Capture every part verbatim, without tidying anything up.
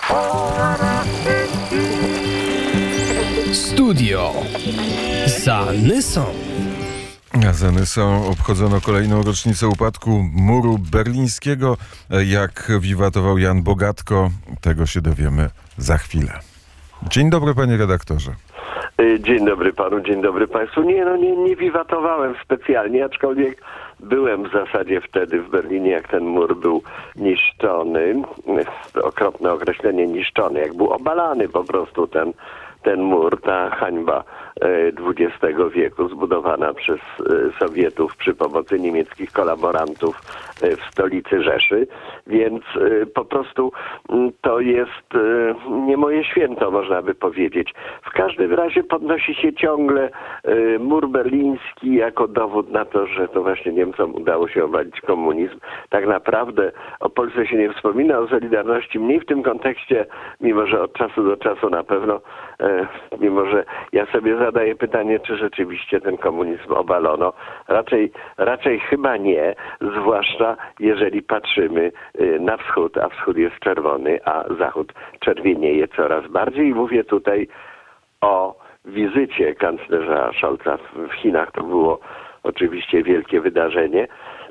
Studio Zanysą. Za Nysą obchodzono kolejną rocznicę upadku muru berlińskiego. Jak wiwatował Jan Bogatko, tego się dowiemy za chwilę. Dzień dobry, panie redaktorze. Dzień dobry panu, dzień dobry państwu. Nie, no nie, nie wiwatowałem specjalnie, aczkolwiek byłem w zasadzie wtedy w Berlinie, jak ten mur był niszczony. Okropne określenie niszczony, jak był obalany po prostu ten, ten mur, ta hańba dwudziestego wieku zbudowana przez Sowietów przy pomocy niemieckich kolaborantów w stolicy Rzeszy. Więc po prostu to jest nie moje święto, można by powiedzieć. W każdym razie podnosi się ciągle mur berliński jako dowód na to, że to właśnie Niemcom udało się obalić komunizm. Tak naprawdę o Polsce się nie wspomina, o Solidarności mniej w tym kontekście, mimo że od czasu do czasu na pewno, mimo że ja sobie zadaję pytanie, czy rzeczywiście ten komunizm obalono. Raczej, raczej chyba nie, zwłaszcza jeżeli patrzymy na wschód, a wschód jest czerwony, a zachód czerwienieje coraz bardziej. I mówię tutaj o wizycie kanclerza Scholza w Chinach. To było oczywiście wielkie wydarzenie.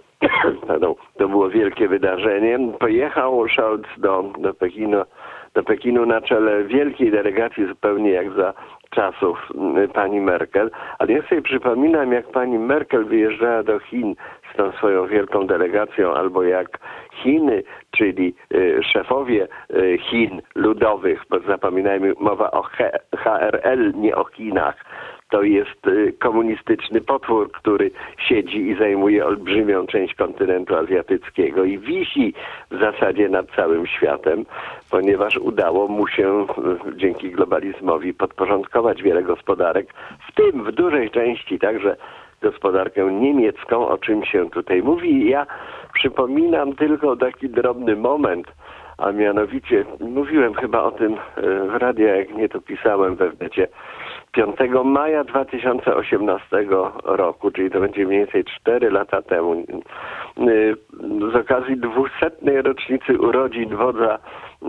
To było wielkie wydarzenie. Pojechał Scholz do, do Pekinu, do Pekinu na czele wielkiej delegacji, zupełnie jak za czasów pani Merkel. Ale ja sobie przypominam, jak pani Merkel wyjeżdżała do Chin z tą swoją wielką delegacją, albo jak Chiny, czyli y, szefowie y, Chin ludowych, bo zapominajmy, mowa o H R L, nie o Chinach. To jest y, komunistyczny potwór, który siedzi i zajmuje olbrzymią część kontynentu azjatyckiego i wisi w zasadzie nad całym światem, ponieważ udało mu się y, dzięki globalizmowi podporządkować wiele gospodarek, w tym w dużej części także gospodarkę niemiecką, o czym się tutaj mówi. Ja przypominam tylko taki drobny moment, a mianowicie mówiłem chyba o tym w radiu, jak nie to pisałem we wnecie, piątego maja dwa tysiące osiemnastego roku, czyli to będzie mniej więcej cztery lata temu, z okazji dwusetnej rocznicy urodzin wodza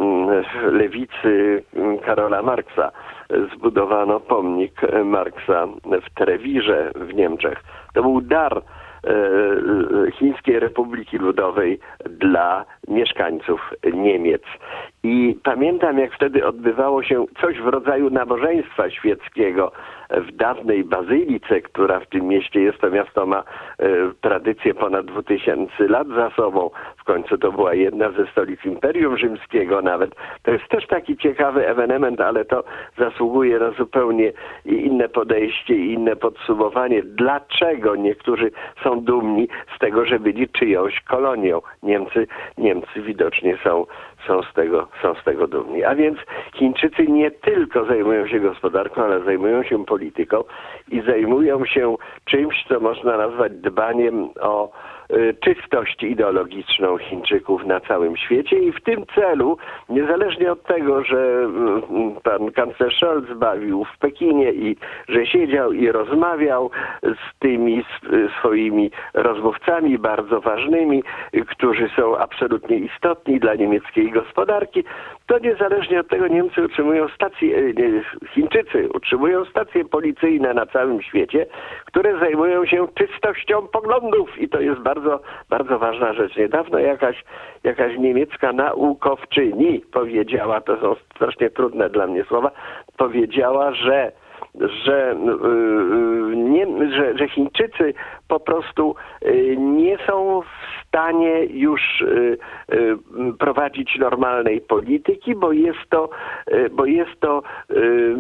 lewicy Karola Marksa, zbudowano pomnik Marksa w Trewirze w Niemczech. To był dar Chińskiej Republiki Ludowej dla mieszkańców Niemiec. I pamiętam, jak wtedy odbywało się coś w rodzaju nabożeństwa świeckiego w dawnej bazylice, która w tym mieście jest. To miasto ma e, tradycję ponad dwóch tysięcy lat za sobą. W końcu to była jedna ze stolic Imperium Rzymskiego nawet. To jest też taki ciekawy ewenement, ale to zasługuje na zupełnie inne podejście i inne podsumowanie. Dlaczego niektórzy są dumni z tego, że byli czyjąś kolonią? Niemcy, Niemcy widocznie są, są, z tego, są z tego dumni. A więc Chińczycy nie tylko zajmują się gospodarką, ale zajmują się polityką i zajmują się czymś, co można nazwać dbaniem o y, czystość ideologiczną Chińczyków na całym świecie i w tym celu, niezależnie od tego, że y, pan kanclerz Scholz bawił w Pekinie i że siedział i rozmawiał z tymi z, swoimi rozmówcami bardzo ważnymi, y, którzy są absolutnie istotni dla niemieckiej gospodarki, to niezależnie od tego Niemcy utrzymują stacje, y, Chińczycy utrzymują stacje policyjne na całym świecie, które zajmują się czystością poglądów i to jest bardzo, bardzo ważna rzecz. Niedawno jakaś, jakaś niemiecka naukowczyni powiedziała, to są strasznie trudne dla mnie słowa, powiedziała, że Że, yy, nie, że, że Chińczycy po prostu yy, nie są w stanie już yy, yy, prowadzić normalnej polityki, bo jest to, yy, bo jest to yy,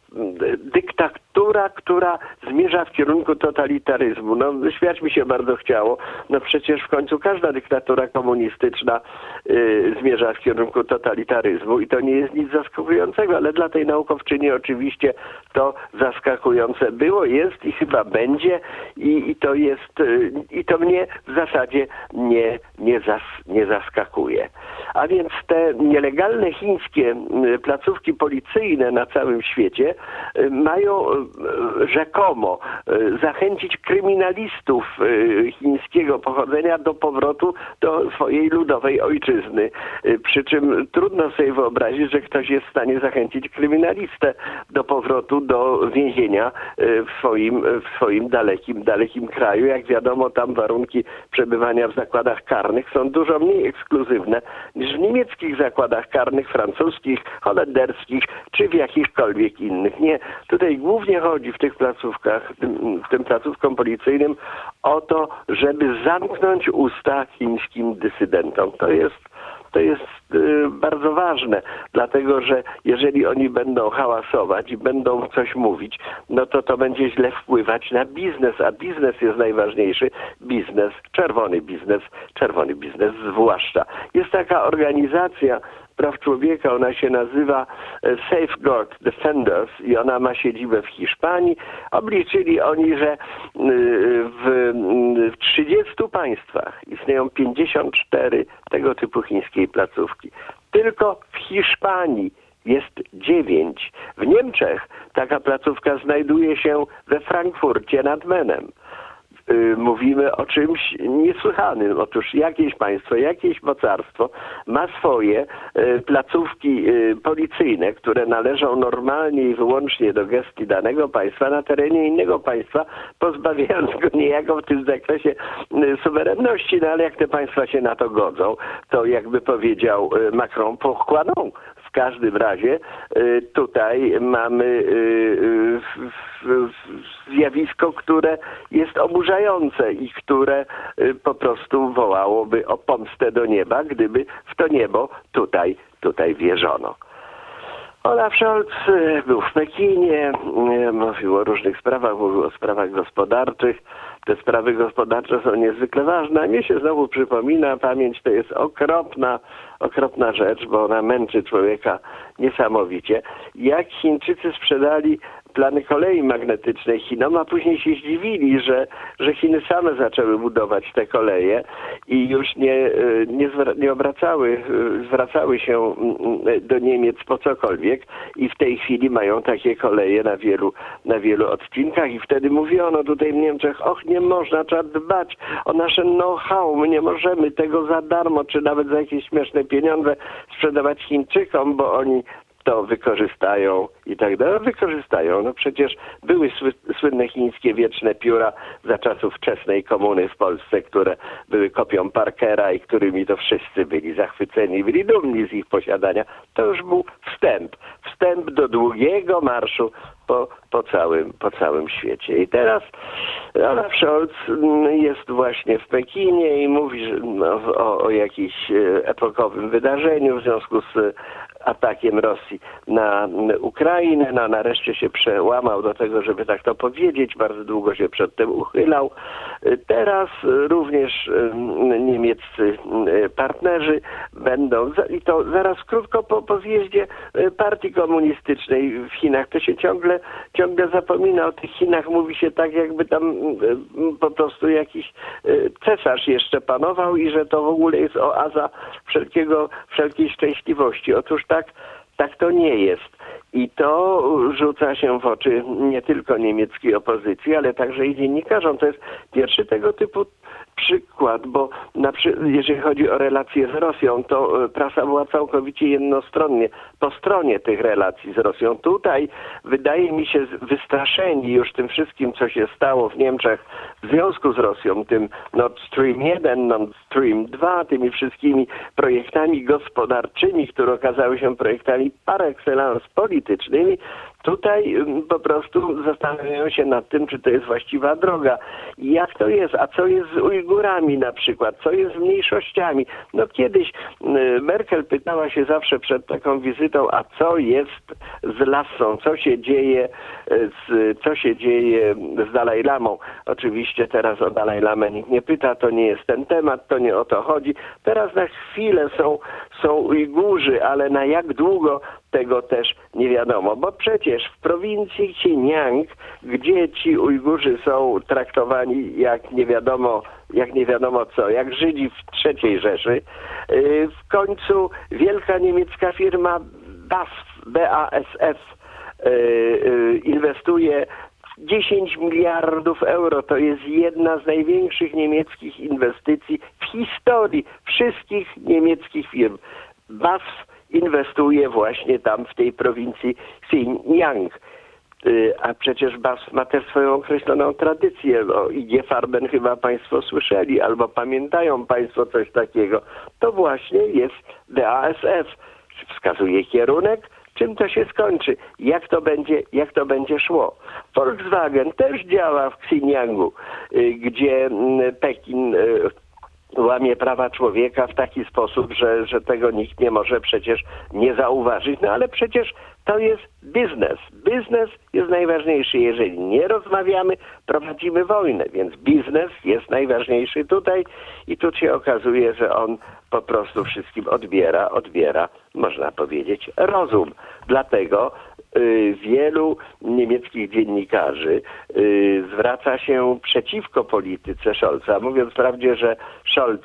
dyktatura, która zmierza w kierunku totalitaryzmu. No, śmiać mi się bardzo chciało. No przecież w końcu każda dyktatura komunistyczna y, zmierza w kierunku totalitaryzmu i to nie jest nic zaskakującego, ale dla tej naukowczyni oczywiście to zaskakujące było, jest i chyba będzie i, i to jest, y, i to mnie w zasadzie nie, nie, zas, nie zaskakuje. A więc te nielegalne chińskie placówki policyjne na całym świecie mają rzekomo zachęcić kryminalistów chińskiego pochodzenia do powrotu do swojej ludowej ojczyzny. Przy czym trudno sobie wyobrazić, że ktoś jest w stanie zachęcić kryminalistę do powrotu do więzienia w swoim, w swoim dalekim, dalekim kraju. Jak wiadomo, tam warunki przebywania w zakładach karnych są dużo mniej ekskluzywne niż w niemieckich zakładach karnych, francuskich, holenderskich czy w jakichkolwiek innych. Nie, tutaj głównie chodzi w tych placówkach, w tym placówkom policyjnym o to, żeby zamknąć usta chińskim dysydentom. To jest To jest y, bardzo ważne, dlatego że jeżeli oni będą hałasować i będą coś mówić, no to to będzie źle wpływać na biznes, a biznes jest najważniejszy. Biznes, czerwony biznes, czerwony biznes zwłaszcza. Jest taka organizacja praw człowieka, ona się nazywa Safeguard Defenders i ona ma siedzibę w Hiszpanii. Obliczyli oni, że w, w trzydziestu państwach istnieją pięćdziesiąt cztery tego typu chińskiej placówki. Tylko w Hiszpanii jest dziewięć. W Niemczech taka placówka znajduje się we Frankfurcie nad Menem. Mówimy o czymś niesłychanym. Otóż jakieś państwo, jakieś mocarstwo ma swoje placówki policyjne, które należą normalnie i wyłącznie do gestii danego państwa na terenie innego państwa, pozbawiając go niejako w tym zakresie suwerenności. No ale jak te państwa się na to godzą, to jakby powiedział Macron, pourquoi non? W każdym razie tutaj mamy zjawisko, które jest oburzające i które po prostu wołałoby o pomstę do nieba, gdyby w to niebo tutaj, tutaj wierzono. Olaf Scholz był w Pekinie, mówił o różnych sprawach, mówił o sprawach gospodarczych. Te sprawy gospodarcze są niezwykle ważne, a mnie się znowu przypomina, pamięć to jest okropna, okropna rzecz, bo ona męczy człowieka niesamowicie. Jak Chińczycy sprzedali plany kolei magnetycznej Chinom, a później się zdziwili, że, że Chiny same zaczęły budować te koleje i już nie, nie, nie obracały, zwracały się do Niemiec po cokolwiek i w tej chwili mają takie koleje na wielu, na wielu odcinkach i wtedy mówiono tutaj w Niemczech, och, nie można, trzeba dbać o nasze know-how, my nie możemy tego za darmo, czy nawet za jakieś śmieszne pieniądze sprzedawać Chińczykom, bo oni to wykorzystają i tak dalej. Wykorzystają. No przecież były słynne chińskie wieczne pióra za czasów wczesnej komuny w Polsce, które były kopią Parkera i którymi to wszyscy byli zachwyceni, byli dumni z ich posiadania. To już był wstęp. Wstęp do długiego marszu po, po, całym, po całym świecie. I teraz Olaf Scholz jest właśnie w Pekinie i mówi no, o, o jakimś epokowym wydarzeniu w związku z atakiem Rosji na Ukrainę. No, nareszcie się przełamał do tego, żeby tak to powiedzieć. Bardzo długo się przed tym uchylał. Teraz również niemieccy partnerzy będą, i to zaraz krótko po, po zjeździe partii komunistycznej w Chinach. To się ciągle, ciągle zapomina o tych Chinach. Mówi się tak, jakby tam po prostu jakiś cesarz jeszcze panował i że to w ogóle jest oaza wszelkiego, wszelkiej szczęśliwości. Otóż tak, tak to nie jest. I to rzuca się w oczy nie tylko niemieckiej opozycji, ale także i dziennikarzom. To jest pierwszy tego typu przykład, bo na przy... jeżeli chodzi o relacje z Rosją, to prasa była całkowicie jednostronnie po stronie tych relacji z Rosją. Tutaj wydaje mi się wystraszeni już tym wszystkim, co się stało w Niemczech w związku z Rosją, tym Nord Stream jeden, Nord Stream dwa, tymi wszystkimi projektami gospodarczymi, które okazały się projektami par excellence politycznymi. Tutaj po prostu zastanawiają się nad tym, czy to jest właściwa droga. Jak to jest? A co jest z Ujgurami na przykład? Co jest z mniejszościami? No kiedyś Merkel pytała się zawsze przed taką wizytą, a co jest z Lassą? Co się dzieje z, co się dzieje z Dalaj Lamą? Oczywiście teraz o Dalaj Lamę nikt nie pyta, to nie jest ten temat, to nie o to chodzi. Teraz na chwilę są, są Ujgurzy, ale na jak długo tego też nie wiadomo, bo przecież w prowincji Xinjiang, gdzie ci Ujgurzy są traktowani jak nie wiadomo, jak nie wiadomo co, jak Żydzi w trzeciej Rzeszy, w końcu wielka niemiecka firma B A S F, B A S F inwestuje dziesięć miliardów euro. To jest jedna z największych niemieckich inwestycji w historii wszystkich niemieckich firm. B A S F inwestuje właśnie tam w tej prowincji Xinjiang. A przecież B A S F ma też swoją określoną tradycję. O I G Farben chyba państwo słyszeli, albo pamiętają państwo coś takiego. To właśnie jest B A S F. Wskazuje kierunek, czym to się skończy, jak to będzie, jak to będzie szło. Volkswagen też działa w Xinjiangu, gdzie Pekin łamie prawa człowieka w taki sposób, że, że tego nikt nie może przecież nie zauważyć. No ale przecież to jest biznes. Biznes jest najważniejszy. Jeżeli nie rozmawiamy, prowadzimy wojnę, więc biznes jest najważniejszy tutaj i tu się okazuje, że on po prostu wszystkim odbiera, odbiera, można powiedzieć, rozum. Dlatego y, wielu niemieckich dziennikarzy y, zwraca się przeciwko polityce Scholza, mówiąc wprawdzie, że Scholz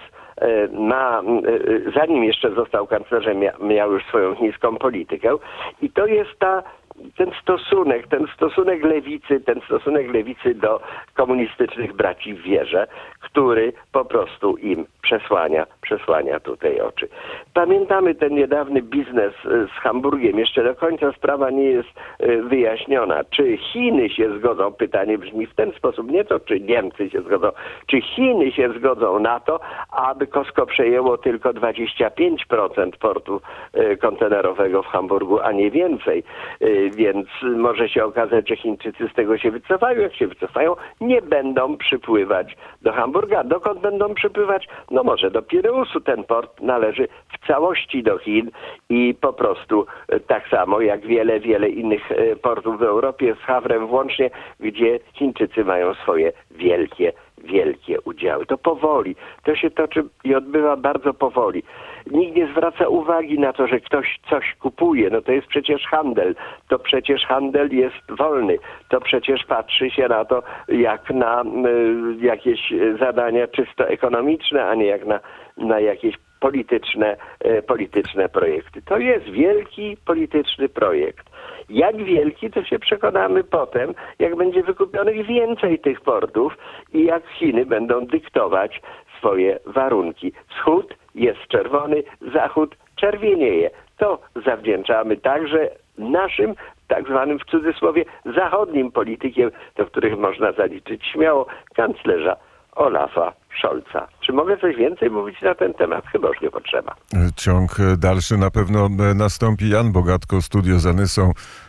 ma, zanim jeszcze został kanclerzem, miał już swoją chińską politykę i to jest ta, ten stosunek, ten stosunek lewicy, ten stosunek lewicy do komunistycznych braci w wierze, który po prostu im przesłania, przesłania tutaj oczy. Pamiętamy ten niedawny biznes z Hamburgiem. Jeszcze do końca sprawa nie jest wyjaśniona. Czy Chiny się zgodzą? Pytanie brzmi w ten sposób. Nie to, czy Niemcy się zgodzą. Czy Chiny się zgodzą na to, aby Costco przejęło tylko dwadzieścia pięć procent portu kontenerowego w Hamburgu, a nie więcej. Więc może się okazać, że Chińczycy z tego się wycofają. Jak się wycofają, nie będą przypływać do Hamburga. Dokąd będą przypływać? No może do Pireusu. Ten port należy w całości do Chin i po prostu tak samo jak wiele, wiele innych portów w Europie z Hawrem włącznie, gdzie Chińczycy mają swoje wielkie, wielkie udziały. To powoli. To się toczy i odbywa bardzo powoli. Nikt nie zwraca uwagi na to, że ktoś coś kupuje. No to jest przecież handel. To przecież handel jest wolny. To przecież patrzy się na to jak na y, jakieś zadania czysto ekonomiczne, a nie jak na, na jakieś polityczne, y, polityczne projekty. To jest wielki polityczny projekt. Jak wielki, to się przekonamy potem, jak będzie wykupionych więcej tych portów i jak Chiny będą dyktować swoje warunki. Wschód jest czerwony, zachód czerwienieje. To zawdzięczamy także naszym, tak zwanym w cudzysłowie, zachodnim politykiem, do których można zaliczyć śmiało kanclerza Olafa Scholza. Czy mogę coś więcej mówić na ten temat? Chyba już nie potrzeba. Ciąg dalszy na pewno nastąpi. Jan Bogatko, Studio za Nysą.